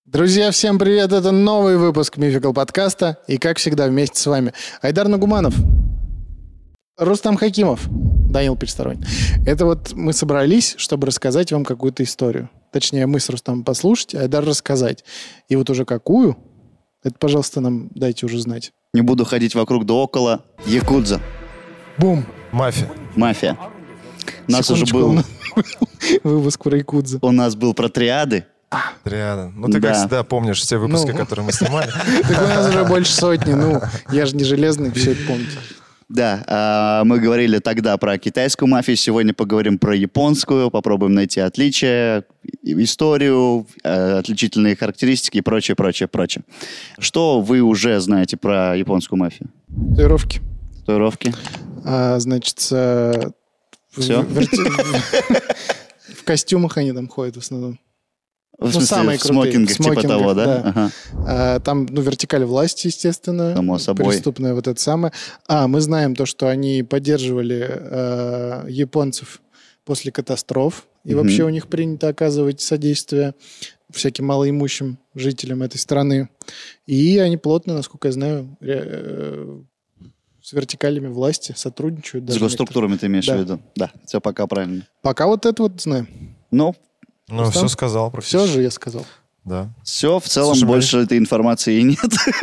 Друзья, всем привет! Это новый выпуск Мификал подкаста. И, как всегда, вместе с вами Айдар Нагуманов, Рустам Хакимов, Данил Пересторонний. Это вот мы собрались, чтобы рассказать вам какую-то историю. Точнее, мы с Рустамом послушать, а Айдар рассказать. И вот уже какую, это, пожалуйста, нам дайте уже знать. Не буду ходить вокруг да около. Якудза. Бум! Мафия. У нас уже был выпуск про якудзу. У нас был про триады. Триада. Ну, ты, как всегда, помнишь все выпуски, которые мы снимали. Так у нас уже больше сотни. Ну, я же не железный, все это помните. Да, мы говорили тогда про китайскую мафию, сегодня поговорим про японскую, попробуем найти отличия, историю, отличительные характеристики и прочее, прочее, прочее. Что вы уже знаете про японскую мафию? Татуировки. Татуировки? Значит, все? В костюмах они там ходят в основном. В смысле, самые в смокингах, типа того, да? Ага. Там, вертикаль власти, естественно. Само собой. Преступная вот это самое. Мы знаем то, что они поддерживали японцев после катастроф. И вообще у них принято оказывать содействие всяким малоимущим жителям этой страны. И они плотно, насколько я знаю, с вертикалями власти сотрудничают. С госструктурами ты имеешь в виду? Да, все пока правильно. Пока вот это вот знаем. Ну, все сказал. Все же я сказал. Да. Все, в целом, больше этой информации и нет.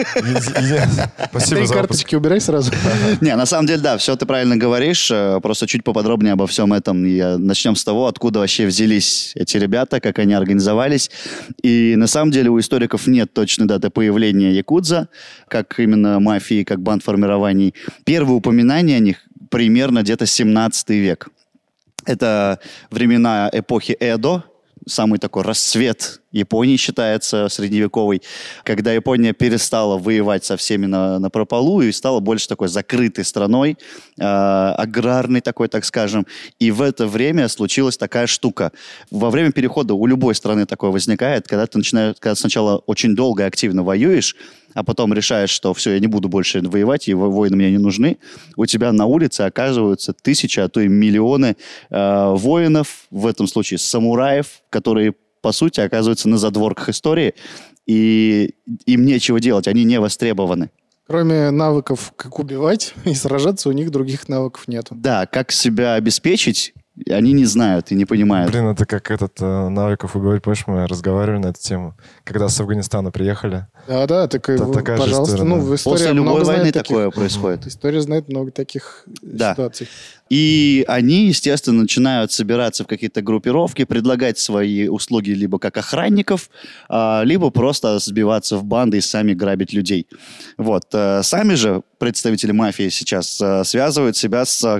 Спасибо Ты за карточки убирай сразу. Не, на самом деле, да, все ты правильно говоришь. Просто чуть поподробнее обо всем этом. Начнем с того, откуда вообще взялись эти ребята, как они организовались. И на самом деле у историков нет точной даты появления якудза, как именно мафии, как банд формирований. Первые упоминания о них примерно где-то 17 век. Это времена эпохи Эдо, самый такой расцвет Японии считается средневековой, когда Япония перестала воевать со всеми напропалу и стала больше такой закрытой страной, аграрной такой, так скажем. И в это время случилась такая штука. Во время перехода у любой страны такое возникает, когда когда сначала очень долго и активно воюешь, а потом решаешь, что все, я не буду больше воевать, и войны мне не нужны, у тебя на улице оказываются тысячи, а то и миллионы воинов, в этом случае самураев, которые, по сути, оказываются на задворках истории, и им нечего делать, они не востребованы. Кроме навыков, как убивать и сражаться, у них других навыков нету. Да, как себя обеспечить, они не знают и не понимают. Блин, это как навыков уговорить. Помнишь, мы разговаривали на эту тему, когда с Афганистана приехали. Да, так и, такая пожалуйста. же история, В истории После любой войны таких, такое происходит. История знает много таких ситуаций. И они, естественно, начинают собираться в какие-то группировки, предлагать свои услуги либо как охранников, либо просто сбиваться в банды и сами грабить людей. Вот. Сами же представители мафии сейчас связывают себя с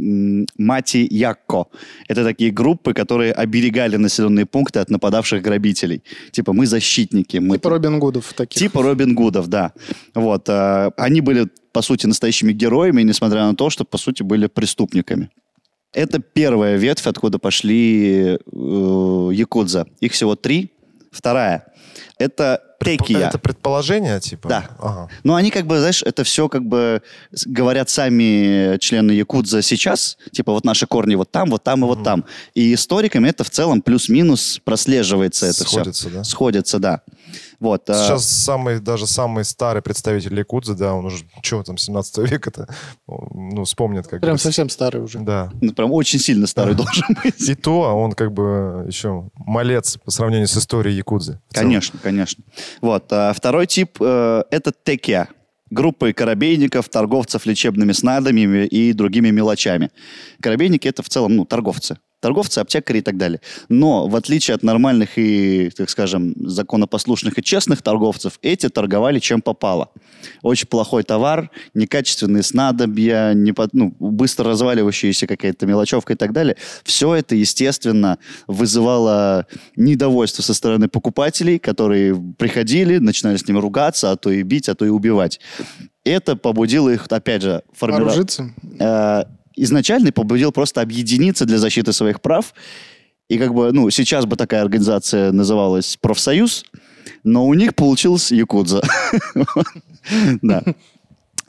мати-якко. Это такие группы, которые оберегали населенные пункты от нападавших грабителей. Типа мы защитники. Типа Робин Гудов таких. Типа Робин Гудов, да. Вот. Они были, по сути, настоящими героями, несмотря на то, что, по сути, были преступниками. Это первая ветвь, откуда пошли якудза. Их всего 3. Вторая. Это прекия. Это предположение, типа? Да. Ага. Но они, знаешь, это все, говорят сами члены якудза сейчас. Типа, вот наши корни вот там и вот там. И историками это в целом плюс-минус прослеживается это все. Сходится, да? Сходится, да. Вот. Сейчас самый старый представитель якудзы, да, он уже, 17 века-то, вспомнит. Прям совсем старый уже. Да. Прям очень сильно старый должен быть. И то он еще малец по сравнению с историей якудзы. Конечно. Вот. Второй тип это текия. Группы корабейников, торговцев лечебными снадобьями и другими мелочами. Корабейники это в целом торговцы. Торговцы, аптекари и так далее. Но, в отличие от нормальных и, так скажем, законопослушных и честных торговцев, эти торговали чем попало. Очень плохой товар, некачественные снадобья, быстро разваливающаяся какая-то мелочевка и так далее. Все это, естественно, вызывало недовольство со стороны покупателей, которые приходили, начинали с ними ругаться, а то и бить, а то и убивать. Это побудило их, опять же, Вооружиться? Изначально побудил просто объединиться для защиты своих прав. И сейчас бы такая организация называлась профсоюз, но у них получилось якудза. Да.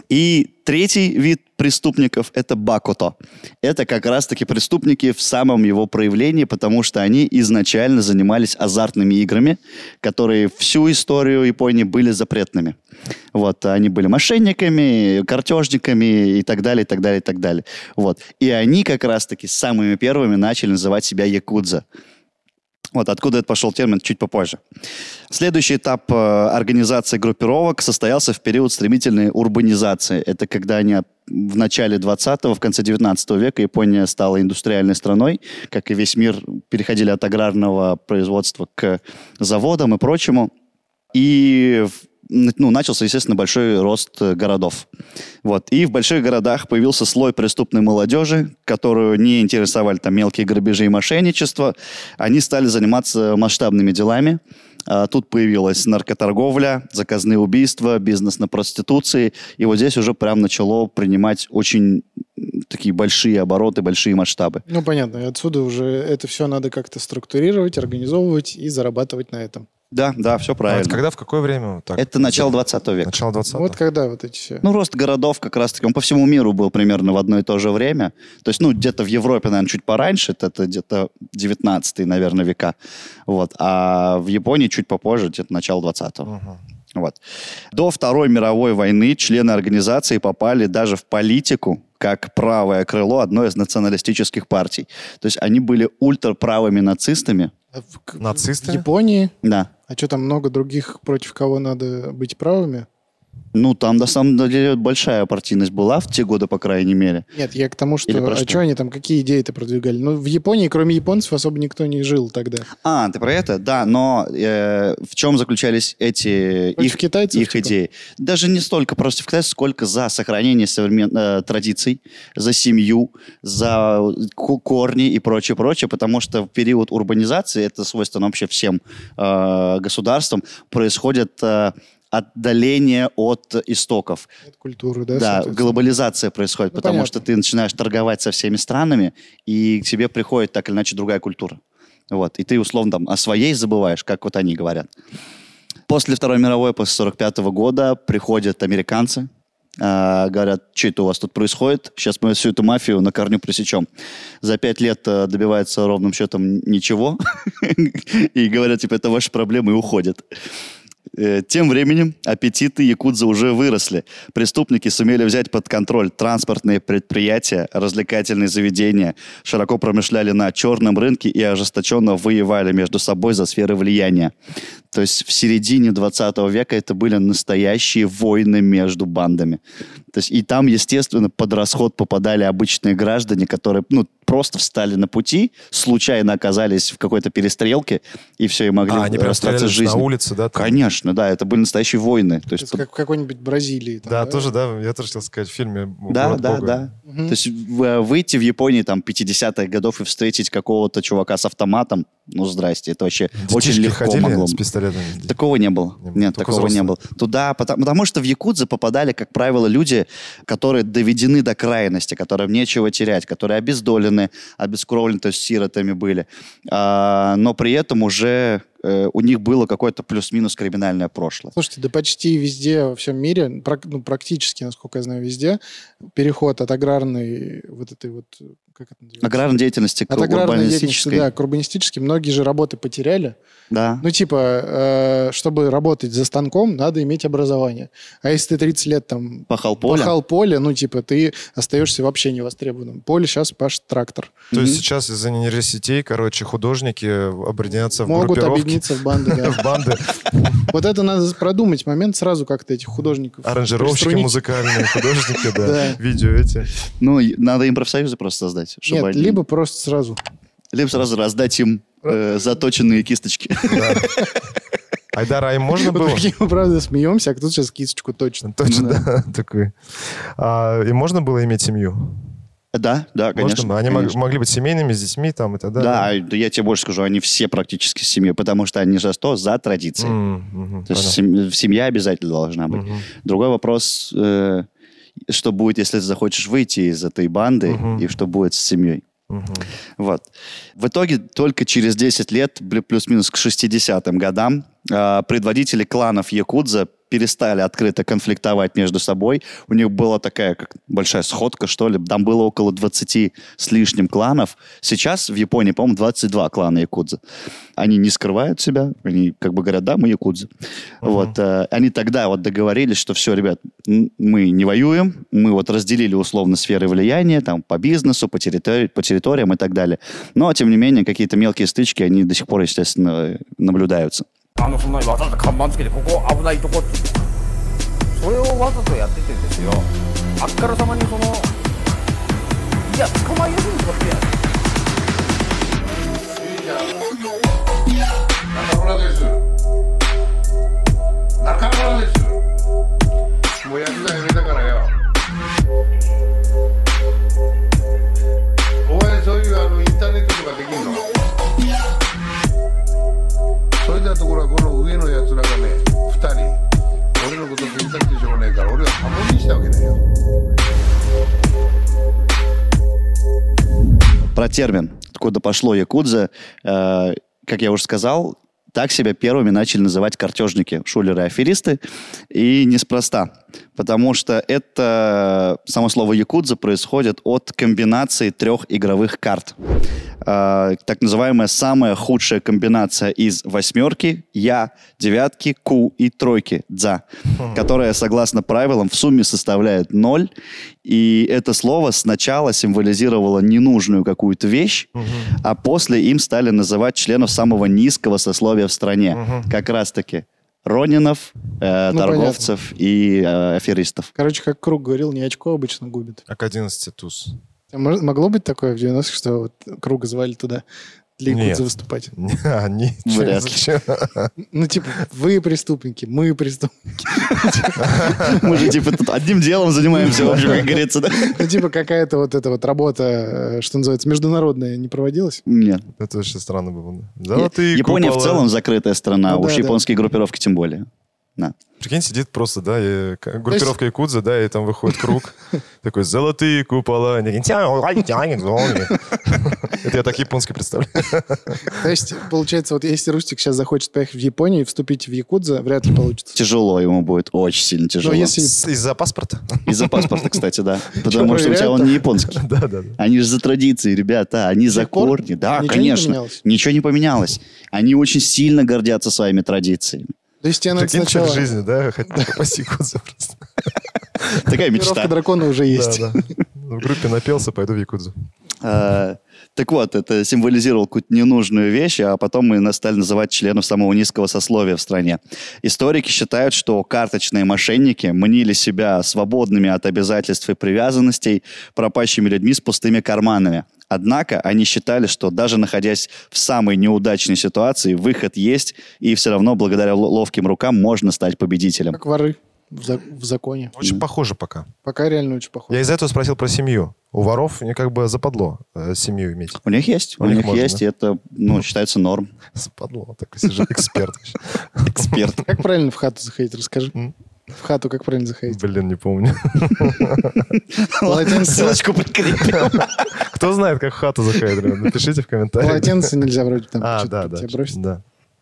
И третий вид преступников – это бакото. Это как раз-таки преступники в самом его проявлении, потому что они изначально занимались азартными играми, которые всю историю Японии были запретными. Вот, они были мошенниками, картежниками и так далее, и так далее, и так далее. Вот. И они как раз-таки самыми первыми начали называть себя якудза. Вот откуда это пошел термин, чуть попозже. Следующий этап организации группировок состоялся в период стремительной урбанизации. Это когда они в начале 20-го, в конце 19 века Япония стала индустриальной страной, как и весь мир, переходили от аграрного производства к заводам и прочему. И начался, естественно, большой рост городов. Вот. И в больших городах появился слой преступной молодежи, которую не интересовали там мелкие грабежи и мошенничество. Они стали заниматься масштабными делами. Тут появилась наркоторговля, заказные убийства, бизнес на проституции. И вот здесь уже прям начало принимать очень такие большие обороты, большие масштабы. Ну, понятно. И отсюда уже это все надо как-то структурировать, организовывать и зарабатывать на этом. Да, все правильно. Это когда, в какое время? Так, это начало 20 века. Начало 20-го. Вот когда вот эти все. Рост городов как раз-таки, он по всему миру был примерно в одно и то же время. То есть, где-то в Европе, наверное, чуть пораньше, это где-то 19-е, наверное, века. Вот. А в Японии чуть попозже, где-то начало 20-го. Угу. Вот. До Второй мировой войны члены организации попали даже в политику как правое крыло одной из националистических партий. То есть они были ультраправыми нацистами. Нацисты? В Японии? Да. А что, там много других, против кого надо быть правыми? Там, на самом деле, большая партийность была в те годы, по крайней мере. Нет, я к тому, что... А что они там, какие идеи-то продвигали? В Японии, кроме японцев, особо никто не жил тогда. Ты про это? Да, но в чем заключались эти Против китайцев, их идеи? Даже не столько против китайцев, сколько за сохранение традиций, за семью, за корни и прочее, потому что в период урбанизации, это свойственно вообще всем государствам, происходит... отдаление от истоков. От культуры, да? Да, глобализация происходит, потому понятно. что ты начинаешь торговать со всеми странами, и к тебе приходит так или иначе другая культура. Вот. И ты, условно, там, о своей забываешь, как вот они говорят. После Второй мировой, после 1945 года приходят американцы, говорят, что это у вас тут происходит, сейчас мы всю эту мафию на корню пресечем. За 5 лет добивается ровным счетом ничего, и говорят, это ваши проблемы, и уходят. Тем временем аппетиты якудза уже выросли. Преступники сумели взять под контроль транспортные предприятия, развлекательные заведения, широко промышляли на черном рынке и ожесточенно воевали между собой за сферы влияния. То есть в середине 20 века это были настоящие войны между бандами. То есть и там, естественно, под расход попадали обычные граждане, которые просто встали на пути, случайно оказались в какой-то перестрелке, и все, и могли они прям расстаться с стреляли жизнью. на улице, да? Там? Конечно, да, это были настоящие войны. То есть, как в какой-нибудь Бразилии. Там, да, тоже, да, я тоже хотел сказать, в фильме Да. Угу. То есть выйти в Японии там 50-х годов и встретить какого-то чувака с автоматом, здрасте, это вообще Детишки очень легко ходили могло. с пистолетами? Такого не было. Нет, Только такого не было. Туда, потому что в якудзы попадали, как правило, люди, которые доведены до крайности, которым нечего терять, которые обездолены, обескровлены, то есть сиротами были. Но при этом уже у них было какое-то плюс-минус криминальное прошлое. Слушайте, да почти везде во всем мире, практически, насколько я знаю, везде, переход от аграрной как это называется? Аграрной деятельности к От аграрной деятельности, урбанистической. да, к урбанистической. Многие же работы потеряли. Да. Чтобы работать за станком, надо иметь образование. А если ты 30 лет там Пахал поле, ты остаешься вообще невостребованным. Поле сейчас пашет трактор. То есть сейчас из-за нейросетей, художники объединятся в Могут группировки. объединиться в банды, да. В банды. Вот это надо продумать момент сразу как-то этих художников. Аранжировщики приструнить. музыкальные, художники, да. Да. Видео эти. надо им профсоюзы просто создать. Чтобы Нет, они... либо просто сразу. Либо сразу раздать им заточенные кисточки. Айдар, а им можно Вот было? такие мы, правда, смеемся, а кто сейчас кисточку точно. Точно, да, такой. Им можно было иметь семью? Да, конечно. Можно? Они конечно. могли быть семейными, с детьми там и так далее? Да, я тебе больше скажу, они все практически семьей, потому что они же за традицией. То есть семья обязательно должна быть. Другой вопрос, что будет, если ты захочешь выйти из этой банды, и что будет с семьей. Вот. В итоге только через 10 лет, плюс-минус к 60-м годам, предводители кланов якудза перестали открыто конфликтовать между собой. У них была такая как большая сходка, что ли. Там было около 20 с лишним кланов. Сейчас в Японии, по-моему, 22 клана якудза. Они не скрывают себя. Они как бы говорят, да, мы якудзы. Вот, они тогда вот договорились, что все, ребят, мы не воюем. Мы вот разделили условно сферы влияния там, по бизнесу, по территориям и так далее. Но, тем не менее, какие-то мелкие стычки, они до сих пор, естественно, наблюдаются. そんなにわざと看板つけてここ危ないとこってそれをわざとやっててですよあっからさまにそのいや捕まえようにとかってや中村です中村ですもうやるだやめたからよお前そういうインターネットとかできんのそれだところはこの上のやつらがね2人俺のこと検索してもねえから俺は破門にしたわけだよ Про термин, откуда пошло якудза, как я уже сказал, так себя первыми начали называть картежники, шулеры-аферисты, и неспроста, потому что это, само слово якудза происходит от комбинации 3 игровых карт. Так называемая самая худшая комбинация из 8, я, 9, ку и 3, дза, которая, согласно правилам, в сумме составляет 0. И это слово сначала символизировало ненужную какую-то вещь, а после им стали называть членов самого низкого сословия в стране. Как раз-таки ронинов, торговцев и аферистов. Короче, как Круг говорил, не очко обычно губит. А к 11 туз. Могло быть такое в 90-х, что вот Круга звали туда для якудзы выступать? Нет, Вряд ли. Ну, типа, вы преступники, мы преступники. Мы же, типа, тут одним делом занимаемся, в общем, как говорится, да? Ну, типа, какая-то вот эта вот работа, что называется, международная, не проводилась? Нет. Это очень странно было. Золотые Япония в купола. целом закрытая страна, Ну, уж да, японские группировки тем более. Да. Прикинь, сидит просто, да, и группировка якудза, да, и там выходит круг. Такой, золотые купола. Это я так японский представляю. То есть, получается, вот если Рустик сейчас захочет поехать в Японию и вступить в якудза, вряд ли получится. Тяжело ему будет, очень сильно тяжело. Но если... Из-за паспорта? Из-за паспорта, кстати, да. Потому что у тебя он не японский. Да. Они же за традиции, ребята, они за пор корни. Да, ничего не конечно. поменялось? Ничего не поменялось. Они очень сильно гордятся своими традициями. То есть тебе надо Прикинь, сначала... цель жизни, да, хотеть попасть в якудзу просто. Такая Тренировка мечта. дракона уже есть. Да. В группе напелся, пойду в якудзу. Так вот, это символизировало какую-то ненужную вещь, а потом мы стали называть членов самого низкого сословия в стране. Историки считают, что карточные мошенники мнили себя свободными от обязательств и привязанностей, пропащими людьми с пустыми карманами. Однако они считали, что даже находясь в самой неудачной ситуации, выход есть, и все равно благодаря ловким рукам можно стать победителем. Как воры в законе. Очень похоже пока. Пока реально очень похоже. Я из-за этого спросил про семью. У воров мне как бы западло семью иметь. У них есть, У них можно, есть, да? и это, считается норм. Западло. Такой сижу, эксперт. Эксперт. Как правильно в хату заходить, расскажи. В хату как правильно заходить? Блин, не помню. Полотенце. Ссылочку прикрепим. Кто знает, как в хату заходит, ребят? Напишите в комментариях. Полотенце нельзя вроде там. А, что-то да. тебя бросит. Да.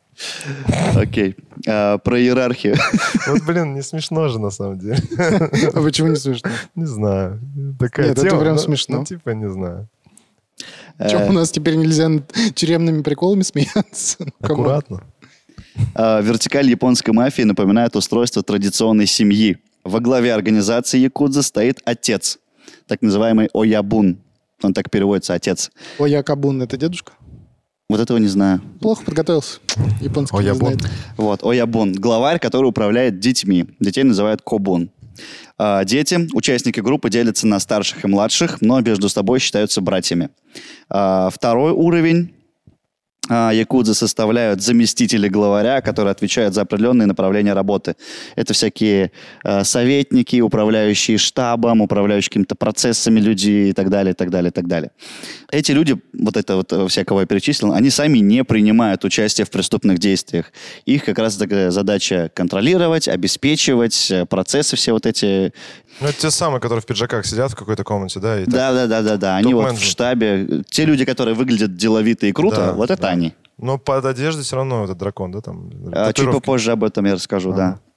Окей. Про иерархию. Вот, блин, не смешно же на самом деле. А почему не смешно? Не знаю. Такая Нет, это тема. прям ну, смешно. Ну, типа, не знаю. Чем у нас теперь нельзя над тюремными приколами смеяться? Ну, камон. Аккуратно. Вертикаль японской мафии напоминает устройство традиционной семьи. Во главе организации якудза стоит отец, так называемый оябун. Он так переводится, отец. Оякабун — это дедушка? Вот этого не знаю. Плохо подготовился. Японский не Оябун. знает. Вот, оябун. Главарь, который управляет детьми. Детей называют кобун. Дети, участники группы, делятся на старших и младших, но между собой считаются братьями. Второй уровень якудзы составляют заместители главаря, которые отвечают за определенные направления работы. Это всякие советники, управляющие штабом, управляющие какими-то процессами людей и так далее, и так далее, и так далее. Эти люди, вот это вот всякого я перечислил, они сами не принимают участие в преступных действиях. Их как раз такая задача контролировать, обеспечивать процессы все вот эти. Ну, это те самые, которые в пиджаках сидят в какой-то комнате, да? И так... Да. Они вот в штабе. Те люди, которые выглядят деловито и круто, Да, вот это да. они. Но под одеждой все равно этот дракон, да? Там, Чуть татуировки. попозже об этом я расскажу, да.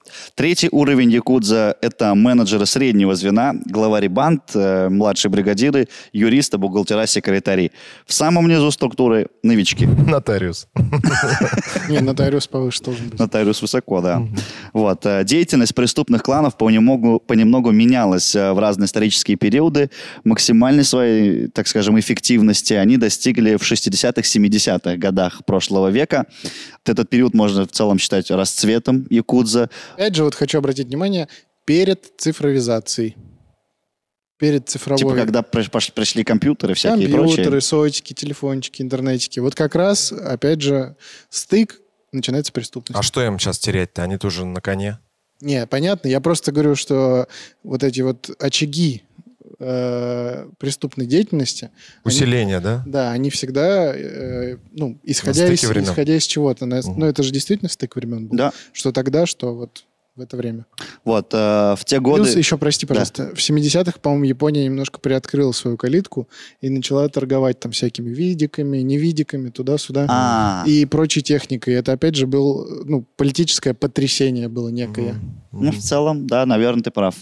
Третий уровень якудза – это менеджеры среднего звена, главари банд, младшие бригадиры, юристы, бухгалтера, секретари. В самом низу структуры – новички. Нотариус. Не, нотариус повыше должен быть. Нотариус высоко, да. Вот. Деятельность преступных кланов понемногу менялась в разные исторические периоды. Максимальной своей, так скажем, эффективности они достигли в 60-х, 70-х годах прошлого века. Этот период можно в целом считать расцветом якудза. Опять же, вот хочу обратить внимание, перед цифровизацией. Перед цифровой... Типа, когда пришли компьютеры всякие и прочие. Компьютеры, сотики, телефончики, интернетики. Вот как раз, опять же, стык, начинается преступность. А что им сейчас терять-то? Они тоже на коне. Не, понятно. Я просто говорю, что вот эти вот очаги преступной деятельности... Усиление, да? Да, они всегда, исходя из чего-то. Ну, это же действительно стык времен был. Да. Что тогда, что вот в это время. Вот, в те годы... Плюс еще, прости, пожалуйста, в 70-х, по-моему, Япония немножко приоткрыла свою калитку и начала торговать там всякими видиками, невидиками, туда-сюда. И прочей техникой. Это, опять же, было, политическое потрясение было некое. Ну, в целом, да, наверное, ты прав.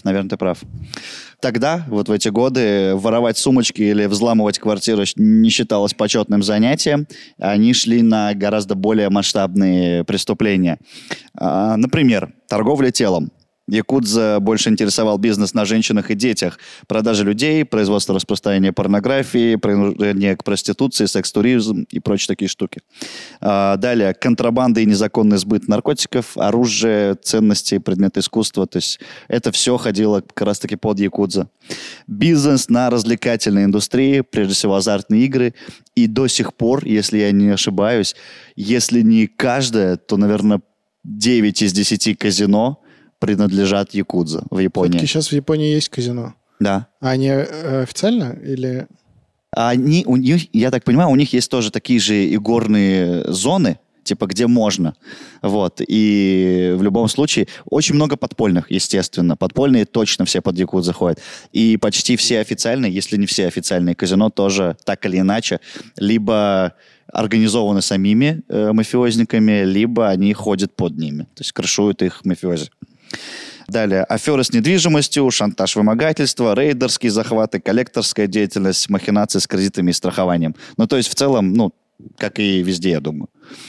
Тогда, вот в эти годы, воровать сумочки или взламывать квартиры не считалось почетным занятием. Они шли на гораздо более масштабные преступления. Например, торговля телом. Якудза больше интересовал бизнес на женщинах и детях, продажа людей, производство распространения порнографии, принуждение к проституции, секс-туризм и прочие такие штуки. Далее, контрабанда и незаконный сбыт наркотиков, оружие, ценности, предметы искусства. То есть это все ходило как раз-таки под якудза. Бизнес на развлекательной индустрии, прежде всего азартные игры. И до сих пор, если я не ошибаюсь, если не каждое, то, наверное, 9 из 10 казино принадлежат якудза в Японии. Все-таки сейчас в Японии есть казино. Да. А они официально или... У них, я так понимаю, у них есть тоже такие же игорные зоны, типа где можно. Вот. И в любом случае очень много подпольных, естественно. Подпольные точно все под якудза ходят. И почти все официальные, если не все официальные казино, тоже так или иначе либо организованы самими мафиозниками, либо они ходят под ними. То есть крышуют их мафиози. Далее. Аферы с недвижимостью, шантаж, вымогательство, рейдерские захваты, коллекторская деятельность, махинации с кредитами и страхованием. Ну, то есть, в целом, как и везде, я думаю.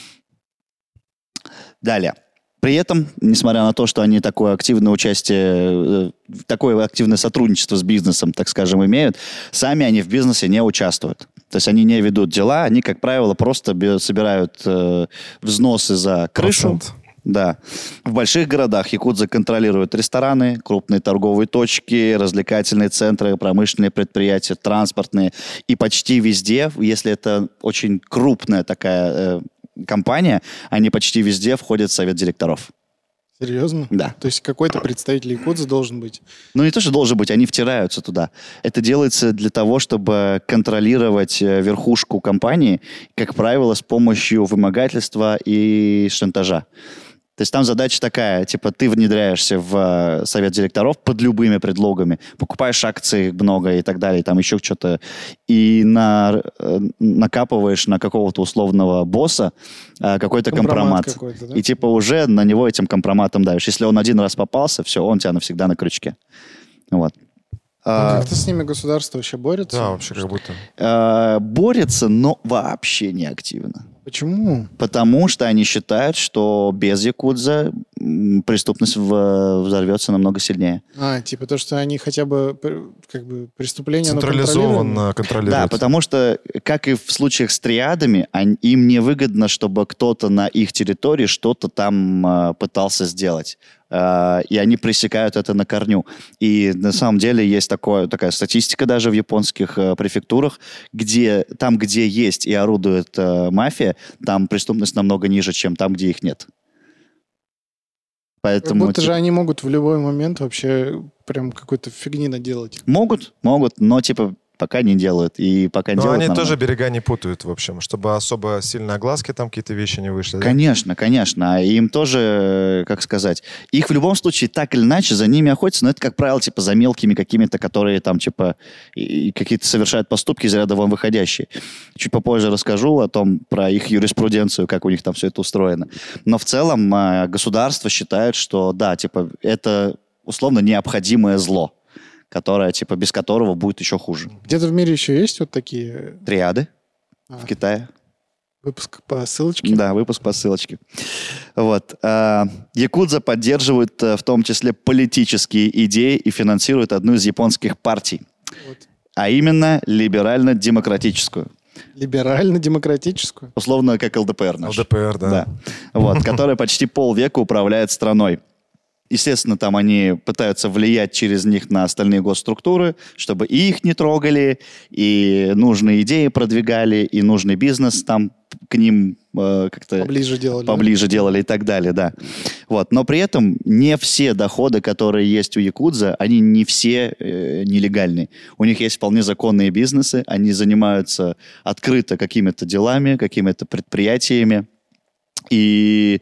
Далее. При этом, несмотря на то, что они такое активное участие, такое активное сотрудничество с бизнесом, так скажем, имеют, сами они в бизнесе не участвуют. То есть они не ведут дела, они, как правило, просто собирают взносы за крышу. Да. В больших городах якудза контролируют рестораны, крупные торговые точки, развлекательные центры, промышленные предприятия, транспортные. И почти везде, если это очень крупная такая компания, они почти везде входят в совет директоров. Серьезно? Да. То есть какой-то представитель якудзы должен быть? Ну, не то, что должен быть, они втираются туда. Это делается для того, чтобы контролировать верхушку компании, как правило, с помощью вымогательства и шантажа. То есть там задача такая, типа ты внедряешься в совет директоров под любыми предлогами, покупаешь акции много и так далее, там еще что-то, и накапываешь на какого-то условного босса какой-то компромат. Какой-то, да? И типа уже на него этим компроматом давишь. Если он один раз попался, все, он у тебя навсегда на крючке. Вот. Как-то с ними государство вообще борется? Да, вообще как будто. Борется, но вообще не активно. Почему? Потому что они считают, что без якудза преступность взорвется намного сильнее. Типа то, что они хотя бы преступления централизованно контролируют. Да, потому что, как и в случаях с триадами, им невыгодно, чтобы кто-то на их территории что-то там пытался сделать. И они пресекают это на корню. И на самом деле есть такая статистика даже в японских префектурах, где есть и орудует мафия, там преступность намного ниже, чем там, где их нет. Поэтому, как будто же они могут в любой момент вообще прям какой-то фигни наделать. Могут, но Пока не делают. И пока Но делают они нормально. тоже берега не путают, в общем, чтобы особо сильно огласки там какие-то вещи не вышли. Да? Конечно, конечно. Им тоже, как сказать, их в любом случае так или иначе за ними охотятся, но это, как правило, типа за мелкими какими-то, которые там, типа, и какие-то совершают поступки из ряда вон выходящие. Чуть попозже расскажу о том, про их юриспруденцию, как у них там все это устроено. Но в целом государство считает, что, да, типа, это условно необходимое зло, которое, типа, без которого будет еще хуже. Где-то в мире еще есть вот такие Триады в Китае. выпуск по ссылочке? Да, выпуск по ссылочке. Вот. Якудза поддерживают в том числе политические идеи и финансируют одну из японских партий, Вот. а именно либерально-демократическую. Либерально-демократическую? Условно, как ЛДПР наш. ЛДПР, да. Вот, которая почти полвека управляет страной. Естественно, там они пытаются влиять через них на остальные госструктуры, чтобы и их не трогали, и нужные идеи продвигали, и нужный бизнес там к ним как-то Поближе делали. поближе делали и так далее, да. Вот. Но при этом не все доходы, которые есть у якудза, они не все нелегальные. У них есть вполне законные бизнесы, они занимаются открыто какими-то делами, какими-то предприятиями, и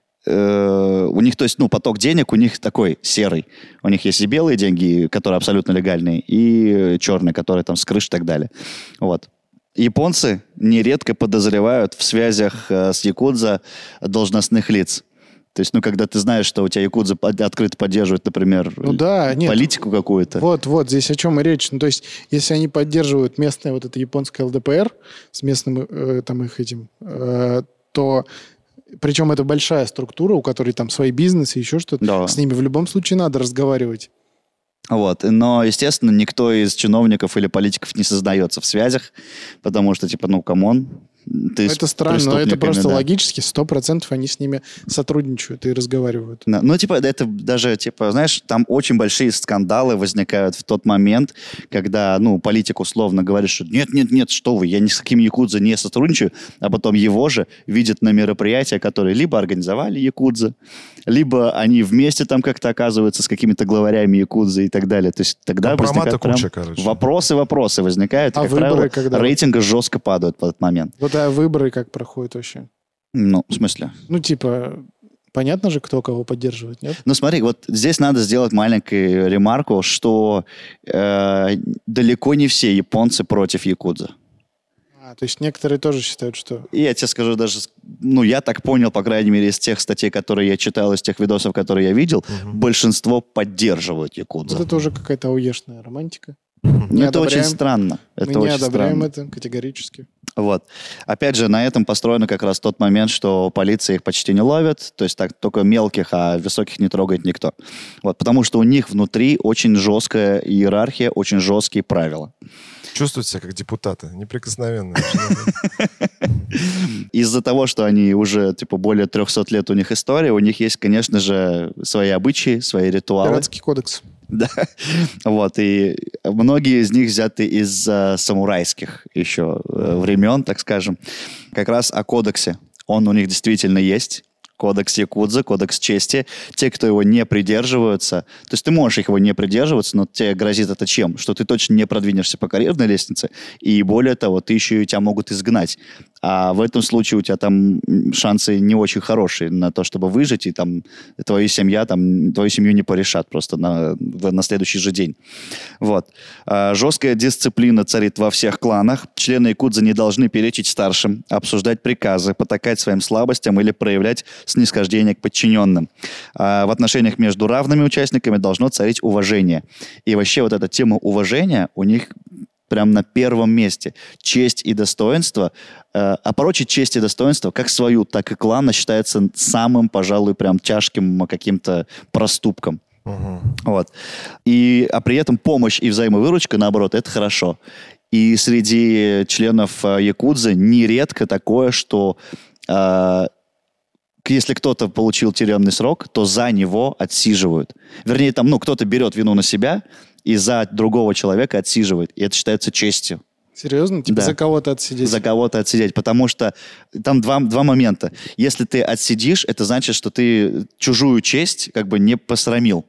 у них, то есть, поток денег у них такой серый. У них есть и белые деньги, которые абсолютно легальные, и черные, которые там с крыш и так далее. Вот. Японцы нередко подозревают в связях с якудза должностных лиц. То есть, когда ты знаешь, что у тебя якудза открыто поддерживает, например, политику какую-то. Вот, здесь о чем и речь. То есть, если они поддерживают местное вот это японское ЛДПР с местным там их этим, то... Причем это большая структура, у которой там свои бизнесы, еще что-то. Да. С ними в любом случае надо разговаривать. Вот. Но, естественно, никто из чиновников или политиков не сознается в связях, потому что, камон, ты Это с странно, но это преступниками, просто да. логически. 100% они с ними сотрудничают и разговаривают. Да. Это даже, знаешь, там очень большие скандалы возникают в тот момент, когда, политик условно говорит, что нет, что вы, я ни с каким якудза не сотрудничаю, а потом его же видят на мероприятия, которые либо организовали якудза, либо они вместе там как-то оказываются с какими-то главарями якудзы и так далее. То есть тогда Компромата возникают куча, короче. вопросы возникают, и, А как выборы правило, когда? рейтинги жестко падают в этот момент. Вот а выборы как проходят вообще? В смысле? Понятно же, кто кого поддерживает, нет? Смотри, вот здесь надо сделать маленькую ремарку, что далеко не все японцы против якудза. То есть некоторые тоже считают, что... И я тебе скажу даже, я так понял, по крайней мере, из тех статей, которые я читал, из тех видосов, которые я видел, большинство поддерживают якудза. Вот это уже какая-то ауешная романтика. Это очень странно. Мы не одобряем это категорически. Вот. Опять же, на этом построен как раз тот момент, что полиция их почти не ловит, то есть так только мелких, а высоких не трогает никто. Вот. Потому что у них внутри очень жесткая иерархия, очень жесткие правила. Чувствуют себя как депутаты, неприкосновенные. Из-за того, что они уже, более 300 лет у них история, у них есть, конечно же, свои обычаи, свои ритуалы. Пиратский кодекс. Да. Вот. И многие из них взяты из самурайских еще времен, так скажем. Как раз о кодексе. Он у них действительно есть. Кодекс якудза, кодекс чести. Те, кто его не придерживаются, то есть ты можешь его не придерживаться, но тебе грозит это чем? Что ты точно не продвинешься по карьерной лестнице, и более того, тебя могут изгнать. А в этом случае у тебя там шансы не очень хорошие на то, чтобы выжить, и там твою семью не порешат просто на следующий же день. Вот. Жесткая дисциплина царит во всех кланах. Члены якудза не должны перечить старшим, обсуждать приказы, потакать своим слабостям или проявлять снисхождение к подчиненным. В отношениях между равными участниками должно царить уважение. И вообще вот эта тема уважения у них прям на первом месте. Честь и достоинство. Опорочить честь и достоинство как свою, так и клана считается самым, пожалуй, прям тяжким каким-то проступком. Вот. А при этом помощь и взаимовыручка, наоборот, это хорошо. И среди членов якудзы нередко такое, что если кто-то получил тюремный срок, то за него отсиживают. Вернее, там, кто-то берет вину на себя и за другого человека отсиживает. И это считается честью. Серьезно? Да. За кого-то отсидеть? За кого-то отсидеть. Потому что там два момента. Если ты отсидишь, это значит, что ты чужую честь не посрамил.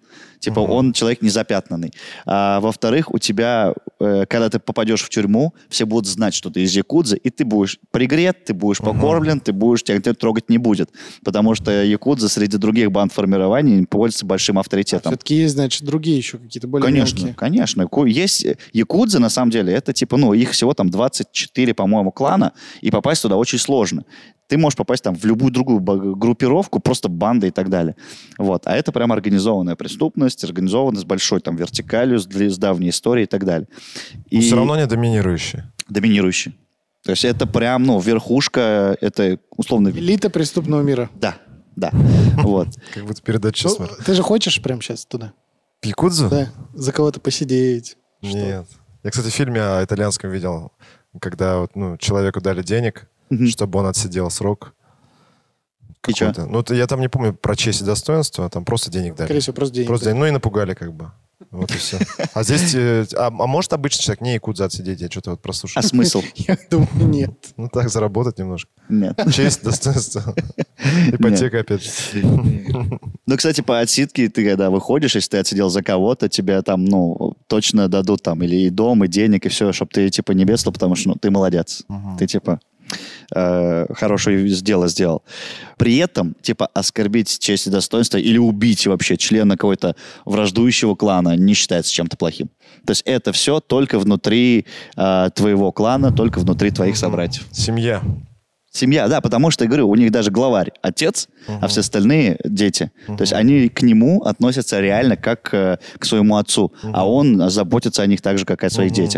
Типа он человек незапятнанный. А во-вторых, у тебя, когда ты попадешь в тюрьму, все будут знать, что ты из якудзы, и ты будешь пригрет, ты будешь покормлен, тебя никто трогать не будет. Потому что якудза среди других бандформирований пользуется большим авторитетом. Все-таки есть, значит, другие еще какие-то более мелкие. Конечно. Есть якудзы, на самом деле, это типа, их всего там 24, по-моему, клана, и попасть туда очень сложно. Ты можешь попасть там в любую другую группировку, просто банда и так далее. Вот. А это прям организованная преступность, организованная с большой там вертикалью, с давней историей и так далее. Но все равно не доминирующие. Доминирующие. То есть это прям, верхушка, это условно... Элита преступного мира. Да. Вот. Как будто передача смотрю. Ты же хочешь прямо сейчас туда? В якудзу? Да. За кого-то посидеть. Нет. Я, кстати, в фильме итальянском видел, когда человеку дали денег, чтобы он отсидел срок. И что? Я там не помню про честь и достоинство, а там просто денег дали. Скорее всего, просто денег. И напугали как бы. Вот и все. А здесь... А может обычный человек не якудза отсидеть? Я что-то прослушал. А смысл? Я думаю, нет. Так, заработать немножко. Нет. Честь, достоинство. Ипотека опять. Кстати, по отсидке ты когда выходишь, если ты отсидел за кого-то, тебе там, точно дадут там или и дом, и денег, и все, чтобы ты, типа, не бедствовал, потому что, ты молодец. Ты, типа, хорошее дело сделал. При этом, типа, оскорбить честь и достоинство или убить вообще члена какого-то враждующего клана не считается чем-то плохим. То есть это все только внутри твоего клана, только внутри твоих собратьев. Семья, да, потому что, я говорю, у них даже главарь отец, а все остальные дети. То есть они к нему относятся реально как к своему отцу, а он заботится о них так же, как и о своих детях.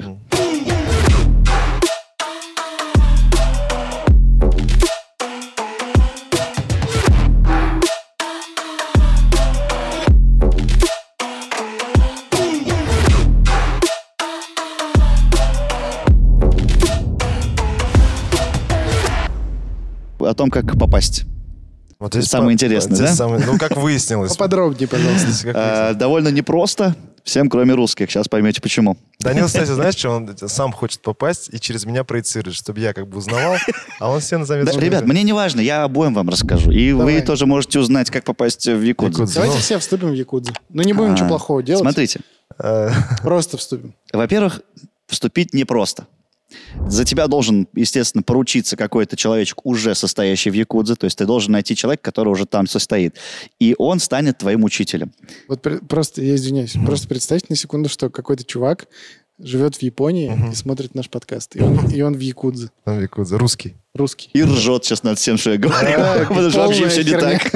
О том, как попасть. Вот здесь самое интересное, да? Как выяснилось. Поподробнее, пожалуйста. Довольно непросто. Всем, кроме русских. Сейчас поймете, почему. Данил, кстати, знаешь, что он сам хочет попасть и через меня проецирует, чтобы я как бы узнавал, а он все на заметку. Ребят, мне не важно, я обоим вам расскажу. И вы тоже можете узнать, как попасть в якудзу. Давайте все вступим в якудзу. Не будем ничего плохого делать. Смотрите. Просто вступим. Во-первых, вступить непросто. За тебя должен, естественно, поручиться какой-то человечек, уже состоящий в якудзе. То есть ты должен найти человека, который уже там состоит. И он станет твоим учителем. Вот просто, я извиняюсь, просто представьте на секунду, что какой-то чувак живет в Японии и смотрит наш подкаст. И он в якудзе. Он в якудзе. Русский. И ржет сейчас над всем, что я говорю. Потому что вообще все не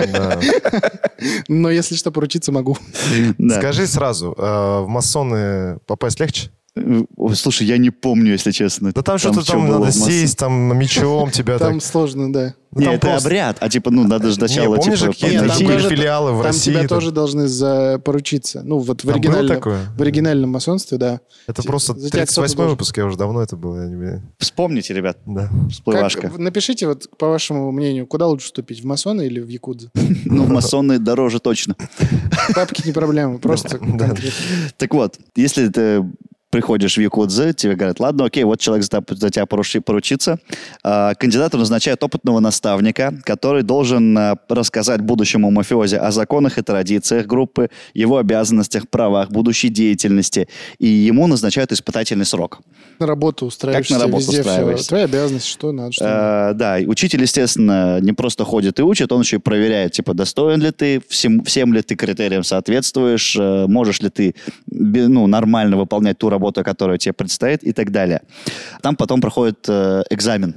так. Но если что, поручиться могу. Скажи сразу, в масоны попасть легче? Слушай, я не помню, если честно. Да там что-то там надо сесть, там мечом тебя так... Там сложно, да. Нет, это обряд, а типа, надо же сначала... Помнишь же какие-то филиалы в России? Там тебя тоже должны поручиться. Вот в оригинальном масонстве, да. Это просто 38-й выпуск, я уже давно это был. Вспомните, ребят. Да. Всплывашка. Напишите, по вашему мнению, куда лучше вступить, в масоны или в якудзу? В масоны дороже точно. Бабки не проблема, просто конкретно. Так вот, если ты приходишь в якудзу, тебе говорят, ладно, окей, вот человек за тебя поручится. Кандидату назначают опытного наставника, который должен рассказать будущему мафиози о законах и традициях группы, его обязанностях, правах, будущей деятельности. И ему назначают испытательный срок. На работу устраиваешься. Как на работу везде устраиваешься. Твоя обязанность, что надо, что надо. Да, и учитель, естественно, не просто ходит и учит, он еще и проверяет, типа, достоин ли ты, всем ли ты критериям соответствуешь, можешь ли ты нормально выполнять ту работу, которая тебе предстоит и так далее. Там потом проходит экзамен.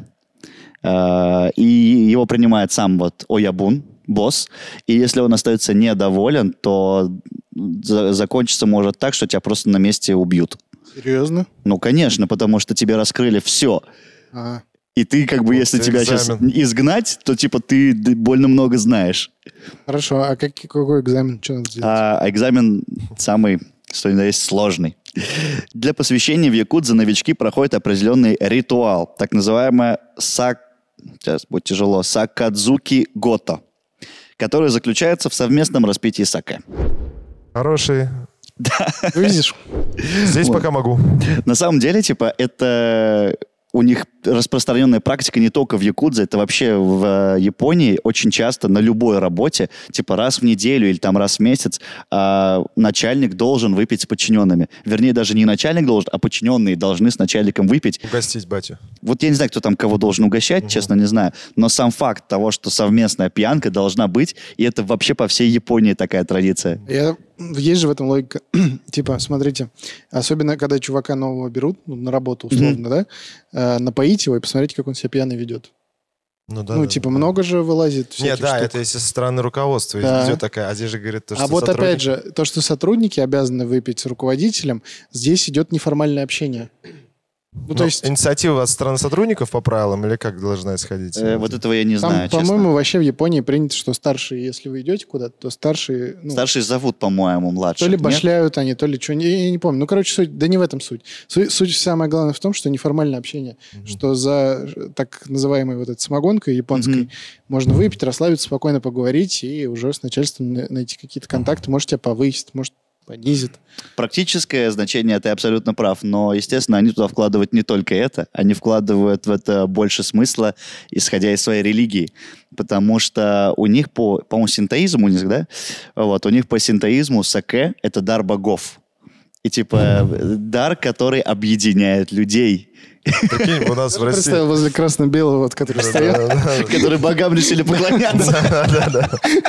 И его принимает сам Оябун, босс. И если он остается недоволен, то закончиться может так, что тебя просто на месте убьют. Серьезно? Конечно, потому что тебе раскрыли все. И ты, если тебя сейчас изгнать, то, типа, ты больно много знаешь. Хорошо, а какой экзамен? Что надо сделать? Экзамен самый, что ни на есть, сложный. Для посвящения в якудзу новички проходят определенный ритуал, так называемое сейчас будет тяжело, сакадзуки гото, который заключается в совместном распитии саке. Хороший. Да. Видишь? Здесь пока могу. На самом деле, типа, это у них распространенная практика не только в якудзе, это вообще в Японии очень часто на любой работе, типа раз в неделю или там раз в месяц, начальник должен выпить с подчиненными. Вернее, даже не начальник должен, а подчиненные должны с начальником выпить. Угостить батю. Вот я не знаю, кто там кого должен угощать, честно не знаю, но сам факт того, что совместная пьянка должна быть, и это вообще по всей Японии такая традиция. Есть же в этом логика. Типа, смотрите, особенно когда чувака нового берут на работу, условно, да, напоить его и посмотрите, как он себя пьяный ведет. Много же вылазит всяких Нет, да, штук. это если со стороны руководства идет такая, а здесь же говорит то, что вот сотрудник... опять же, то, что сотрудники обязаны выпить с руководителем, здесь идет неформальное общение. То есть... Инициатива от стороны сотрудников по правилам или как должна исходить? Вот этого я не знаю, честно. По-моему, вообще в Японии принято, что старшие, если вы идете куда-то, то старшие... Старшие зовут, по-моему, младших. То ли башляют они, то ли что, я не помню. Суть, да не в этом суть. Суть самое главное в том, что неформальное общение, что за так называемой вот этой самогонкой японской можно выпить, расслабиться, спокойно поговорить и уже с начальством найти какие-то контакты. Может, тебя повысить, может, понизит. Практическое значение, ты абсолютно прав, но, естественно, они туда вкладывают не только это, они вкладывают в это больше смысла, исходя из своей религии, потому что у них по-моему, синтоизм у них, да? Вот, у них по синтоизму саке — это дар богов. И типа дар, который объединяет людей. Прикинь, у нас в России... Представил возле красно-белого, вот, который стоят. Которые богам решили поклоняться.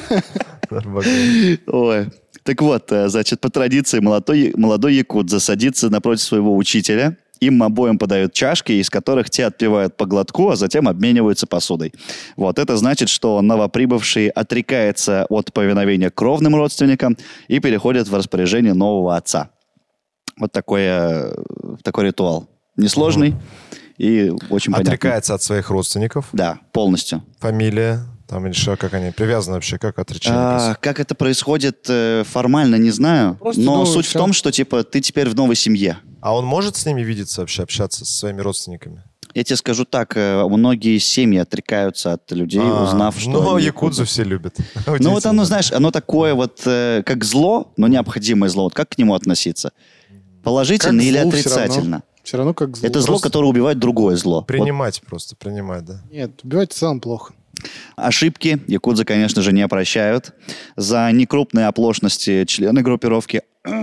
Ой. Так вот, значит, по традиции молодой якудза садится напротив своего учителя, им обоим подают чашки, из которых те отпивают по глотку, а затем обмениваются посудой. Вот это значит, что новоприбывший отрекается от повиновения кровным родственникам и переходит в распоряжение нового отца. Вот такой ритуал. Несложный и очень понятный. Отрекается от своих родственников? Да, полностью. Фамилия? Там или что, как они привязаны вообще, как отречение? Как это происходит формально, не знаю. Но суть в том, что типа ты теперь в новой семье. А он может с ними видеться вообще, общаться со своими родственниками? Я тебе скажу так, многие семьи отрекаются от людей, узнав, что... Ну, якудзу все любят. Ну, вот оно, знаешь, оно такое вот, как зло, но необходимое зло. Вот как к нему относиться? Положительно или отрицательно? Все равно как зло. Это зло, которое убивает другое зло. Принимать просто, принимать, да. Нет, убивать в целом плохо. Ошибки якудзы, конечно же, не прощают. За некрупные оплошности члены группировки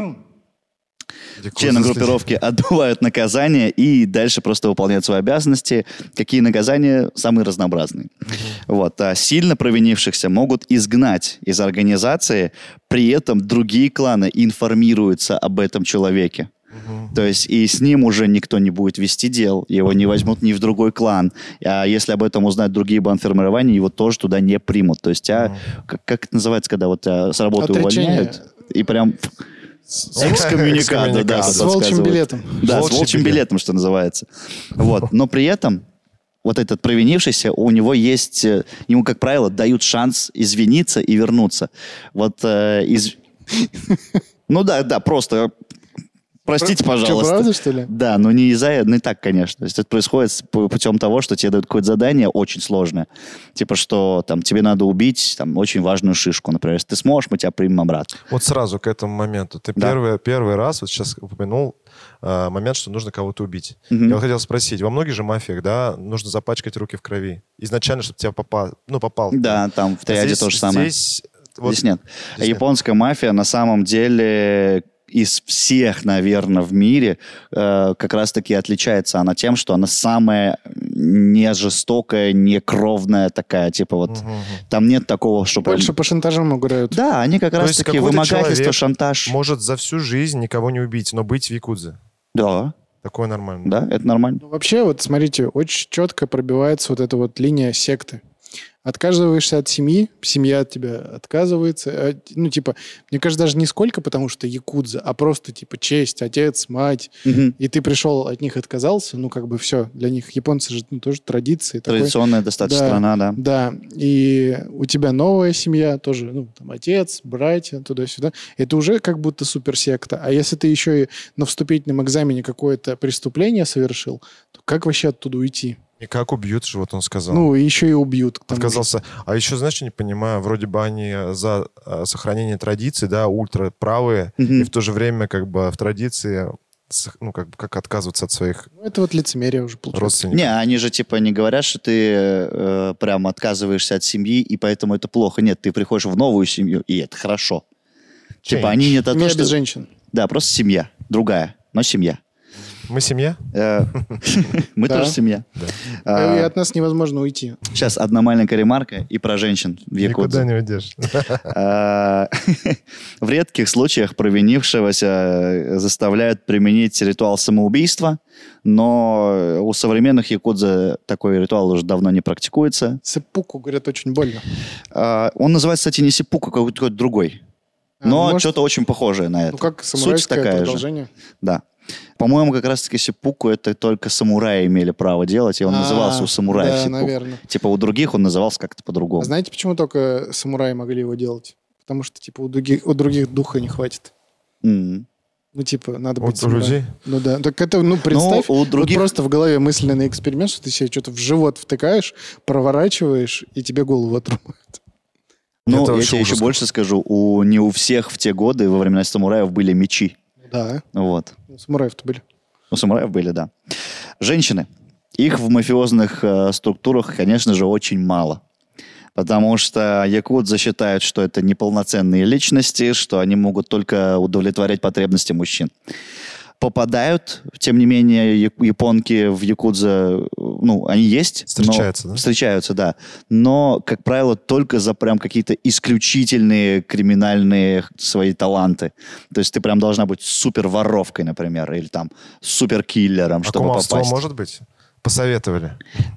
отбывают наказание и дальше просто выполняют свои обязанности. Какие наказания? Самые разнообразные. Вот. А сильно провинившихся могут изгнать из организации, при этом другие кланы информируются об этом человеке. То есть и с ним уже никто не будет вести дел, его не возьмут ни в другой клан. А если об этом узнают другие бандформирования, его тоже туда не примут. То есть как это называется, когда вот с работы увольняют? И прям экскоммуникада, да. С волчьим билетом. Да, с волчьим билетом, что называется. Вот. Но при этом вот этот провинившийся, у него есть, ему, как правило, дают шанс извиниться и вернуться. Вот ну да, просто... Простите, пожалуйста. Что, правда, что ли? Да, но не так, конечно. То есть это происходит путем того, что тебе дают какое-то задание очень сложное. Типа, что там тебе надо убить там очень важную шишку, например. Если ты сможешь, мы тебя примем обратно. Вот сразу к этому моменту. Ты первый раз вот сейчас упомянул момент, что нужно кого-то убить. Я вот хотел спросить, во многих же мафиях, да, нужно запачкать руки в крови. Изначально, чтобы тебя попал. Да, там в триаде то же самое. Здесь нет. Японская мафия на самом деле... из всех, наверное, в мире как раз-таки отличается она тем, что она самая не жестокая, не кровная такая, типа вот. Там нет такого, что... Больше по шантажам играют. Да, они как раз-таки вымогательство, шантаж. Может за всю жизнь никого не убить, но быть в якудзе. Да. Такое нормально. Да, это нормально. Вообще, вот смотрите, очень четко пробивается вот эта вот линия секты. Отказываешься от семьи, семья от тебя отказывается. Ну, типа, мне кажется, даже не сколько, потому что якудза, а просто, типа, честь, отец, мать. И ты пришел, от них отказался, ну, как бы все. Для них японцы же тоже традиции. Традиционная достаточно страна, да. Да, и у тебя новая семья тоже, ну, там, отец, братья, туда-сюда. Это уже как будто суперсекта. А если ты еще и на вступительном экзамене какое-то преступление совершил, то как вообще оттуда уйти? И как убьют же, вот он сказал. Ну, еще и убьют. Отказался. А еще, знаешь, что не понимаю? Вроде бы они за сохранение традиций, да, ультраправые, и в то же время как бы в традиции ну, как отказываться от своих Ну, это вот лицемерие уже получается. родственников. Не, они же типа не говорят, что ты прям отказываешься от семьи, и поэтому это плохо. Нет, ты приходишь в новую семью, и это хорошо. Типа они не то, Семья что... без женщин. Да, просто семья. Другая, но семья. Мы семья? Мы Да. тоже семья. И от нас невозможно уйти. Сейчас одна маленькая ремарка и про женщин в Никуда Якудзе. не уйдешь. В редких случаях провинившегося заставляют применить ритуал самоубийства, но у современных якудзе такой ритуал уже давно не практикуется. Сэппуку, говорят, очень больно. Он называется, кстати, не сиппуку, а какой-то другой. Но может, что-то очень похожее на это. Ну, как Суть самурайское такая же. продолжение. Да. По-моему, как раз-таки сиппуку это только самураи имели право делать, и он назывался у самураев да, сиппуку. наверное. Типа у других он назывался как-то по-другому. А знаете, почему только самураи могли его делать? Потому что, типа, у других духа не хватит. М. Ну, типа, надо У быть самураем. людей? Ну да. Так это, ну, представь, у других- вот просто в голове мысленный эксперимент, что ты себе что-то в живот втыкаешь, проворачиваешь, и тебе голову отрубают. Ну, Это я вообще тебе еще ужас больше скажу, не у всех в те годы во времена самураев были мечи. Да. Вот. Ну, самураев-то были. У самураев были, да. Женщины. Их в мафиозных структурах, конечно же, очень мало. Потому что якудзы считают, что это неполноценные личности, что они могут только удовлетворять потребности мужчин. Попадают, тем не менее, японки в якудзе, ну, они есть. Встречаются, да? Встречаются, да. Но, как правило, только за прям какие-то исключительные криминальные свои таланты. То есть ты прям должна быть супер воровкой, например, или там супер киллером, А чтобы кумовство попасть. может быть? Посоветовали.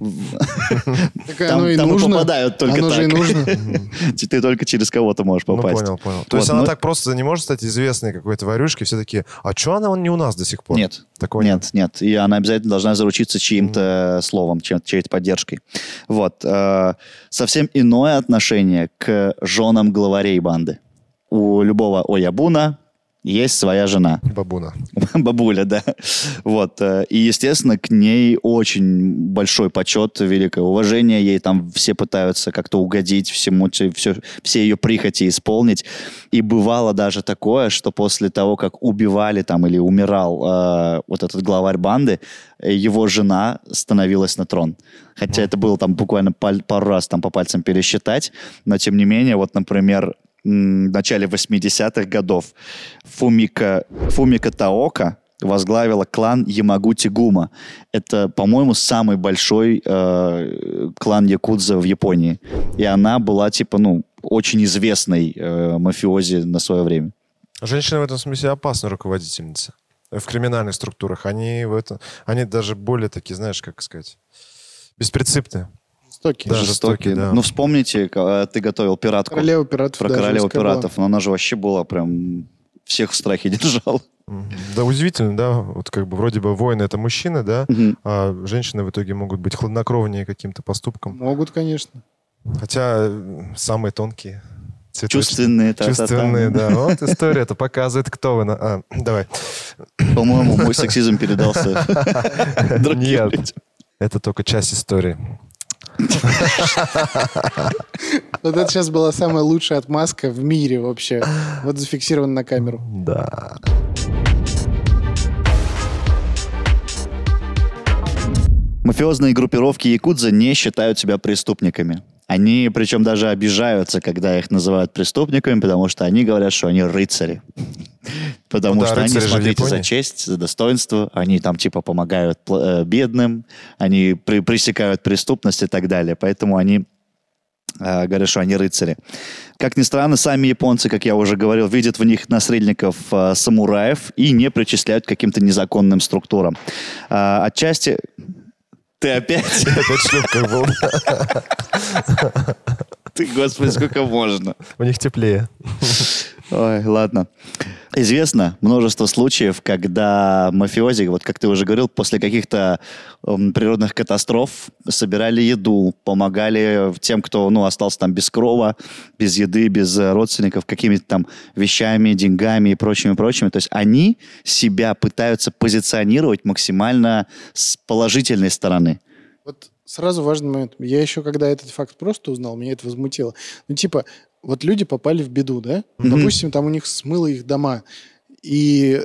Так Там, оно и там и нужно. попадают только Оно так. же и нужно. Ты только через кого-то можешь Ну, попасть. понял. То Вот, есть она ну- так просто не может стать известной какой-то варюшкой, все такие, а что она не у нас до сих пор? Нет. Такого Нет. И она обязательно должна заручиться чьим-то словом, чьей-то поддержкой. Вот. Совсем иное отношение к женам главарей банды. У любого оябуна есть своя жена. Бабуна. Бабуля, да. Вот. И, естественно, к ней очень большой почет, великое уважение. Ей там все пытаются как-то угодить, все ее прихоти исполнить. И бывало даже такое, что после того, как убивали там или умирал вот этот главарь банды, его жена становилась на трон. Хотя это было там буквально пару раз там по пальцам пересчитать. Но, тем не менее, вот, например, в начале 80-х годов Фумика Таока возглавила клан Ямагути-гума. Это, по-моему, самый большой клан якудза в Японии. И она была, типа, очень известной мафиози на свое время. Женщины в этом смысле опасны руководительницы. В криминальных структурах. Они даже более такие, знаешь, как сказать, беспринципные. Жестокие. Да, жестокие, да. Ну, вспомните, ты готовил пиратку. Королева пиратов. Про да, королеву жесткая была. пиратов. Но она же вообще была прям... Всех в страхе держала. Да, удивительно, да. Вот как бы вроде бы воины — это мужчины, да, Мгм. а женщины в итоге могут быть хладнокровнее каким-то поступком. Могут, конечно. Хотя самые тонкие. Цветочные. Чувственные. та-та-та. Чувственные, да. Вот история это показывает, кто вы. Давай. По-моему, мой сексизм передался другим Нет. людям. Это только часть истории. Вот это сейчас была самая лучшая отмазка в мире вообще. Вот зафиксировано на камеру. Да. Мафиозные группировки якудза не считают себя преступниками. Они, причем, даже обижаются, когда их называют преступниками, потому что они говорят, что они рыцари. Потому Ну да, что они, рыцари же в смотрите, за Японии. честь, за достоинство, они там типа помогают бедным, они пресекают преступность и так далее. Поэтому они говорят, что они рыцари. Как ни странно, сами японцы, как я уже говорил, видят в них наследников самураев и не причисляют к каким-то незаконным структурам. Отчасти... Ты опять? Опять шлюпка был. Ты, господи, сколько можно? У них теплее. Ой, ладно. Известно множество случаев, когда мафиози, вот как ты уже говорил, после каких-то природных катастроф собирали еду, помогали тем, кто остался там без крова, без еды, без родственников, какими-то там вещами, деньгами и прочими. То есть они себя пытаются позиционировать максимально с положительной стороны. Вот сразу важный момент. Я еще, когда этот факт просто узнал, меня это возмутило. Ну, типа, вот люди попали в беду, да? Допустим, там у них смыло их дома. И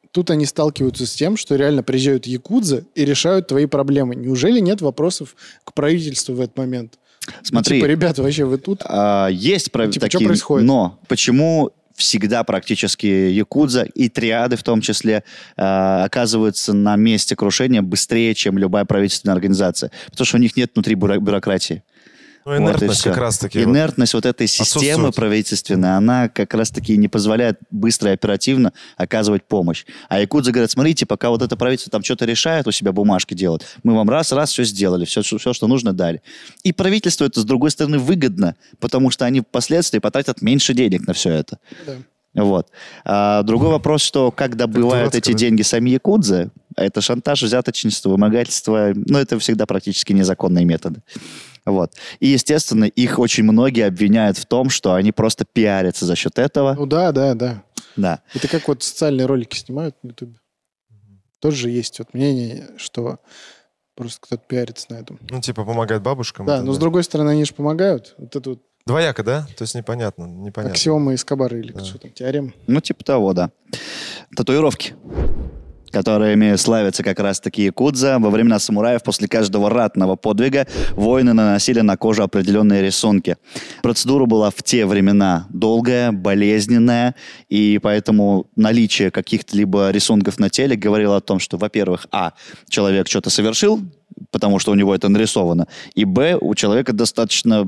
тут они сталкиваются с тем, что реально приезжают якудза и решают твои проблемы. Неужели нет вопросов к правительству в этот момент? Смотри. Типа, ребята, вообще вы тут? Есть Типа, такие, что происходит? но почему всегда практически якудза и триады в том числе оказываются на месте крушения быстрее, чем любая правительственная организация? Потому что у них нет внутри бюрократии. Ну, инертность как раз-таки. Инертность вот этой системы правительственной, она как раз-таки не позволяет быстро и оперативно оказывать помощь. А якудзы говорят, смотрите, пока вот это правительство там что-то решает, у себя бумажки делает, мы вам раз все сделали, все, что нужно, дали. И правительству это, с другой стороны, выгодно, потому что они впоследствии потратят меньше денег на все это. Да. Вот. Другой вопрос, что как добывают эти деньги сами якудзы, это шантаж, взяточничество, вымогательство, это всегда практически незаконные методы. Вот. И, естественно, их очень многие обвиняют в том, что они просто пиарятся за счет этого. Ну да. Да. Это как вот социальные ролики снимают на Ютубе. Тоже же есть вот мнение, что просто кто-то пиарится на этом. Ну, типа помогает бабушкам. Да, но с другой стороны, они же помогают. Вот это вот двояко, да? То есть непонятно. аксиомы Эскобара или что там, теорема. Типа того, да. Татуировки, которыми славятся как раз-таки якудза. Во времена самураев после каждого ратного подвига воины наносили на кожу определенные рисунки. Процедура была в те времена долгая, болезненная, и поэтому наличие каких-то либо рисунков на теле говорило о том, что, во-первых, человек что-то совершил, потому что у него это нарисовано, и у человека достаточно,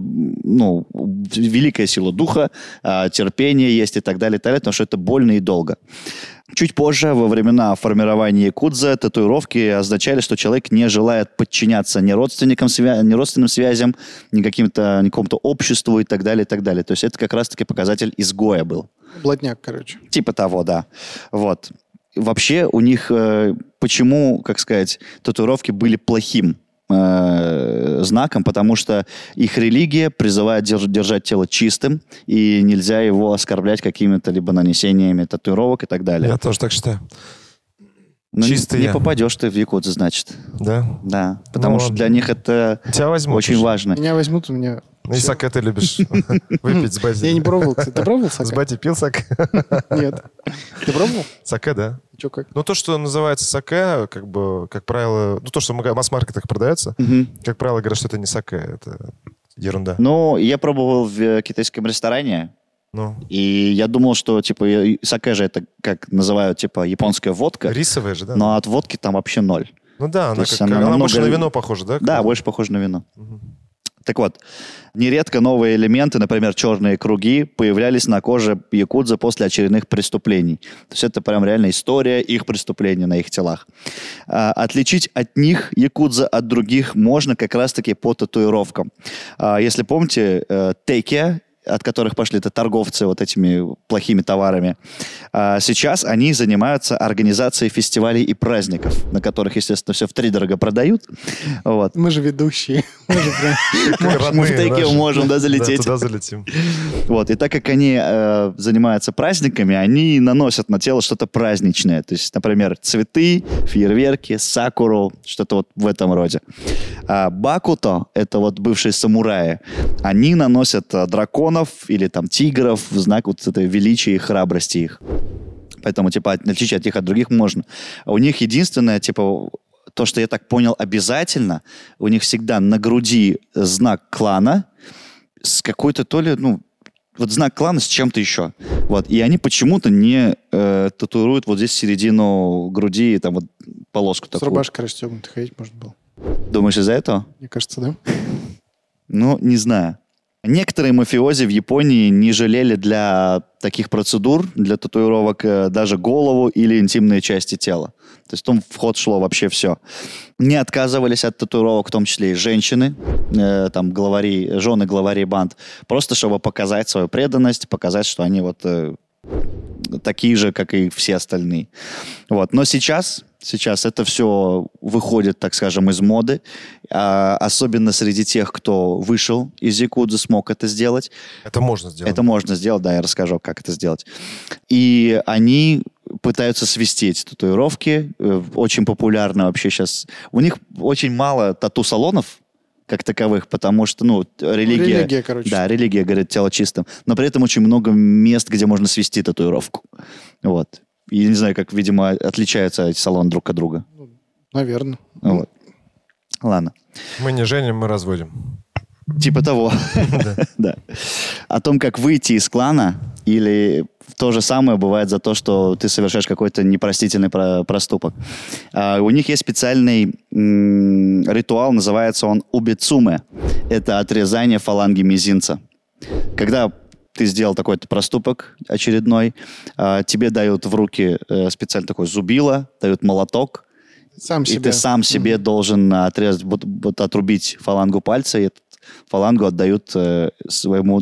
великая сила духа, терпение есть и так далее, потому что это больно и долго. Чуть позже, во времена формирования якудза, татуировки означали, что человек не желает подчиняться ни родственным связям, ни какому-то обществу и так далее, и так далее. То есть это как раз-таки показатель изгоя был. Блатняк, короче. Типа того, да. Вот. Вообще у них, почему, татуировки были плохим знаком, потому что их религия призывает держать тело чистым, и нельзя его оскорблять какими-то либо нанесениями татуировок и так далее. Я тоже так считаю. Не попадешь ты в якудзу, значит. Да? Да. Потому что для них это очень важно. Меня возьмут, у меня... И саке ты любишь выпить с бати. Я не пробовал, кстати. Ты пробовал саке? С бати пил саке? Нет. Ты пробовал? Саке, да. Че, как? То, что называется саке, как правило, то, что в масс-маркетах продается, как правило, говорят, что это не саке, это ерунда. Я пробовал в китайском ресторане, и я думал, что, саке же это, как называют, японская водка. Рисовая же, да? Но от водки там вообще ноль. Она больше на вино похожа, да? Да, больше похожа на вино. Так вот, нередко новые элементы, например, черные круги, появлялись на коже якудза после очередных преступлений. То есть это прям реально история их преступлений на их телах. Отличить от них якудза от других можно как раз-таки по татуировкам. Если помните, текия, от которых пошли торговцы вот этими плохими товарами. Сейчас они занимаются организацией фестивалей и праздников, на которых, естественно, все втридорого продают. Вот. Мы же ведущие. Мы в текию можем залететь. Да, туда залетим. Вот. И так как они занимаются праздниками, они наносят на тело что-то праздничное. То есть, например, цветы, фейерверки, сакуру, что-то вот в этом роде. Бакуто, это вот бывшие самураи, они наносят драконов или тигров в знак вот этой величия и храбрости их. Поэтому, отличить от них от других можно. У них единственное, то, что я так понял, обязательно, у них всегда на груди знак клана с какой-то знак клана с чем-то еще. Вот. И они почему-то не татуируют вот здесь середину груди, полоску такую. С рубашкой расстегнутой ходить можно было. Думаешь, из-за этого? Мне кажется, да. Не знаю. Некоторые мафиози в Японии не жалели для таких процедур, для татуировок, даже голову или интимные части тела. То есть в ход шло вообще все. Не отказывались от татуировок, в том числе и женщины, жены главарей банд, просто чтобы показать свою преданность, показать, что они такие же, как и все остальные. Вот. Но сейчас это все выходит, так скажем, из моды, особенно среди тех, кто вышел из якудзы, смог это сделать. Это можно сделать. Это можно сделать, да, я расскажу, как это сделать. И они пытаются свести эти татуировки. Очень популярно вообще сейчас. У них очень мало тату-салонов, как таковых, потому что, религия, короче. Да, религия говорит тело чистым. Но при этом очень много мест, где можно свести татуировку. Вот. Я не знаю, как, видимо, отличаются эти салоны друг от друга. Наверное. Вот. Ладно. Мы не женим, мы разводим. Типа того. Да. О том, как выйти из клана, или то же самое бывает за то, что ты совершаешь какой-то непростительный проступок. У них есть специальный ритуал, называется он убицуме. Это отрезание фаланги мизинца. Когда ты сделал такой-то проступок очередной, тебе дают в руки специально такое зубило, дают молоток, и ты сам себе должен отрезать, отрубить фалангу пальца, и фалангу отдают своему,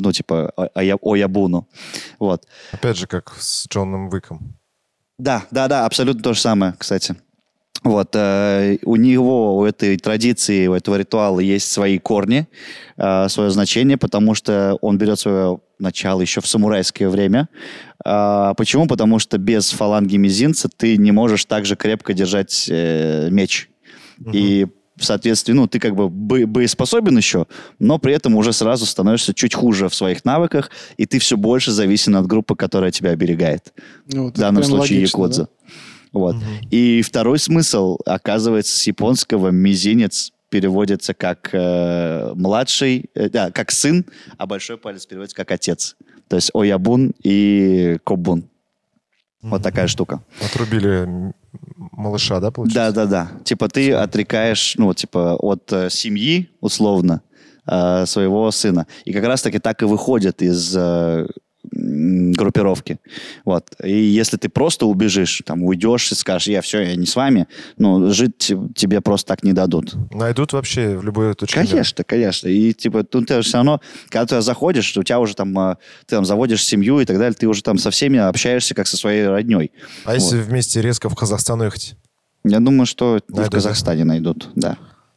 оябуну. Вот. Опять же, как с Джоном Уиком. Да, абсолютно то же самое, кстати. Вот, у него, у этой традиции, у этого ритуала есть свои корни, свое значение, потому что он берет свое начало еще в самурайское время. Почему? Потому что без фаланги мизинца ты не можешь так же крепко держать меч. И, соответственно, ты как бы боеспособен еще, но при этом уже сразу становишься чуть хуже в своих навыках, и ты все больше зависим от группы, которая тебя оберегает. В данном случае якудза. Да? Вот. И второй смысл, оказывается, с японского мизинец переводится как младший, как сын, а большой палец переводится как отец. То есть оябун и кобун. Вот такая штука. Отрубили малыша, да, получается? Да. Типа ты отрекаешь, от семьи, условно, своего сына. И как раз-таки так и выходит из группировки. Вот. И если ты просто убежишь, уйдешь и скажешь, я не с вами, жить тебе просто так не дадут. Найдут вообще в любой точке мира. Конечно. И тут ты все равно, когда ты заходишь, у тебя уже ты заводишь семью и так далее, ты уже со всеми общаешься как со своей родней. А если вместе резко в Казахстан уехать? Я думаю, что в Казахстане найдут, да.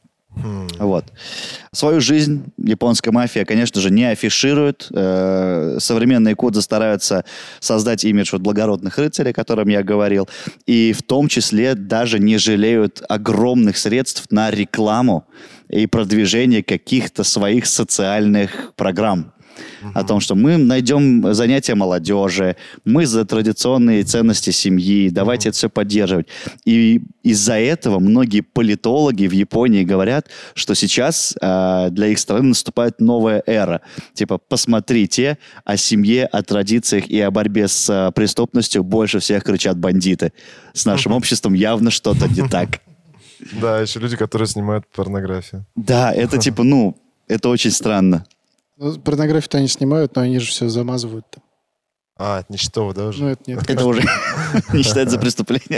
Вот. Свою жизнь японская мафия, конечно же, не афиширует. Современные якудзы стараются создать имидж благородных рыцарей, о котором я говорил, и в том числе даже не жалеют огромных средств на рекламу и продвижение каких-то своих социальных программ. О том, что мы найдем занятия молодежи, мы за традиционные ценности семьи, давайте это все поддерживать. И из-за этого многие политологи в Японии говорят, что сейчас для их страны наступает новая эра. Типа, посмотрите, о семье, о традициях и о борьбе с преступностью больше всех кричат бандиты. С нашим обществом явно что-то не так. Да, еще люди, которые снимают порнографию. Да, это это очень странно. Порнографию-то они снимают, но они же все замазывают там. Это не счетово, да, уже? Это нет. Это уже не считается за преступление.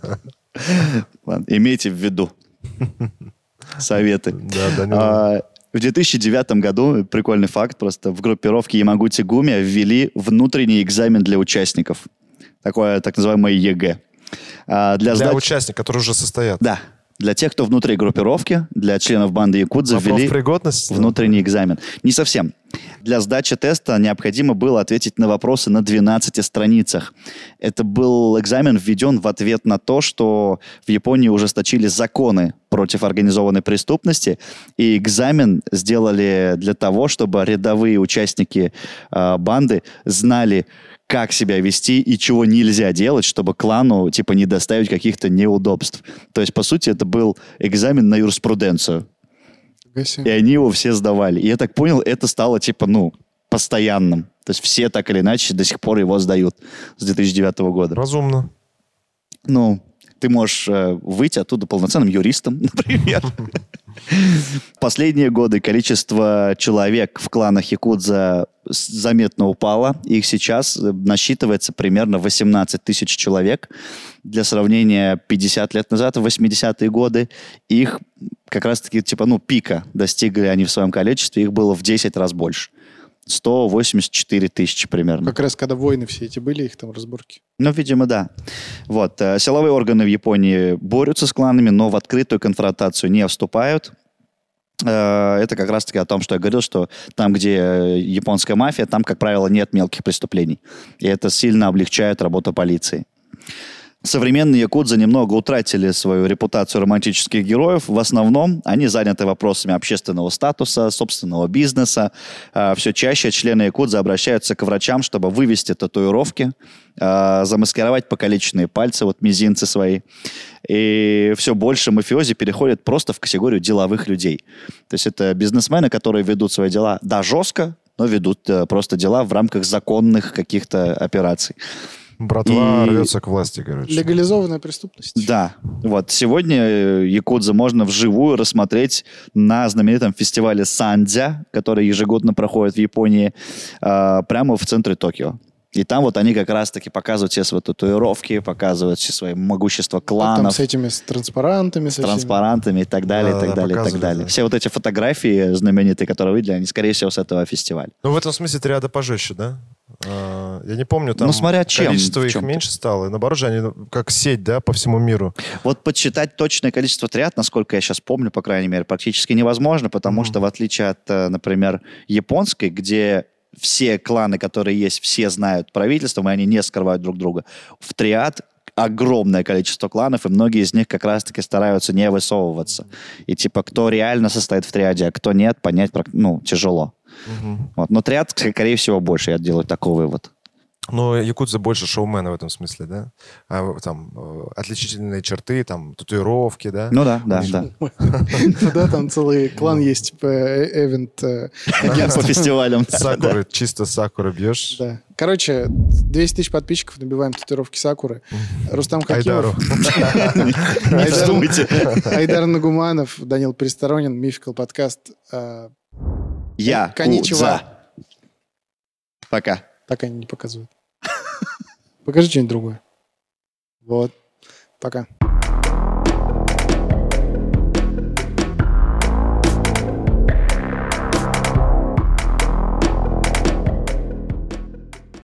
Ладно, имейте в виду. Советы. В 2009 году, прикольный факт, просто в группировке Ямагути Гуми ввели внутренний экзамен для участников. Такое так называемое ЕГЭ. Для участников, которые уже состоят? Да. Для тех, кто внутри группировки, для членов банды якудза ввели внутренний экзамен. Не совсем. Для сдачи теста необходимо было ответить на вопросы на 12 страницах. Это был экзамен, введен в ответ на то, что в Японии ужесточили законы против организованной преступности, и экзамен сделали для того, чтобы рядовые участники банды знали, как себя вести и чего нельзя делать, чтобы клану, не доставить каких-то неудобств. То есть, по сути, это был экзамен на юриспруденцию. И они его все сдавали. И я так понял, это стало, постоянным. То есть, все так или иначе до сих пор его сдают с 2009 года. Разумно. Ты можешь выйти оттуда полноценным юристом, например. Последние годы количество человек в кланах якудза заметно упало. Их сейчас насчитывается примерно 18 тысяч человек. Для сравнения, 50 лет назад, в 80-е годы, их как раз-таки пика достигли они в своем количестве. Их было в 10 раз больше. 184 тысячи примерно. Как раз когда войны все эти были, их там разборки. Видимо, да. Вот. Силовые органы в Японии борются с кланами, но в открытую конфронтацию не вступают. Это как раз-таки о том, что я говорил, что там, где японская мафия, там, как правило, нет мелких преступлений. И это сильно облегчает работу полиции. современные якудзы немного утратили свою репутацию романтических героев. В основном они заняты вопросами общественного статуса, собственного бизнеса. Все чаще члены якудзы обращаются к врачам, чтобы вывести татуировки, замаскировать покалеченные пальцы, вот мизинцы свои. И все больше мафиози переходят просто в категорию деловых людей. То есть это бизнесмены, которые ведут свои дела, да, жестко, но ведут просто дела в рамках законных каких-то операций. Братва рвется к власти, короче. Легализованная преступность. Да. Вот сегодня якудзу можно вживую рассмотреть на знаменитом фестивале Сандзя, который ежегодно проходит в Японии, прямо в центре Токио. И там вот они как раз-таки показывают все свои татуировки, показывают все свои могущества кланов. Там с этими с транспарантами. С транспарантами и так далее, и так далее, и так далее. Да. Все вот эти фотографии знаменитые, которые вы видели, они, скорее всего, с этого фестиваля. Ну, в этом смысле триада пожестче, да? Я не помню, там количество их меньше стало. Наоборот же, они как сеть, да, по всему миру. Вот подсчитать точное количество триад, насколько я сейчас помню, по крайней мере, практически невозможно, потому что в отличие от, например, японской, где все кланы, которые есть, все знают правительство, и они не скрывают друг друга, в триад огромное количество кланов, и многие из них как раз-таки стараются не высовываться. И типа, кто реально состоит в триаде, а кто нет, понять, тяжело. Вот. Но триад, скорее всего, больше. Я делаю такой вывод. Но якудза больше шоумена в этом смысле, да? Там отличительные черты, там татуировки, да? Ну да. Да, там целый клан есть, типа эвент. По фестивалям. Сакуры, чисто сакуры бьешь. Да. Короче, 200 тысяч подписчиков, набиваем татуировки Сакуры. Рустам Хакимов. Айдар Нагуманов, Данил Пересторонин, Мификал подкаст. Коничева. Пока. Так они не показывают. Покажи что-нибудь другое. Вот. Пока.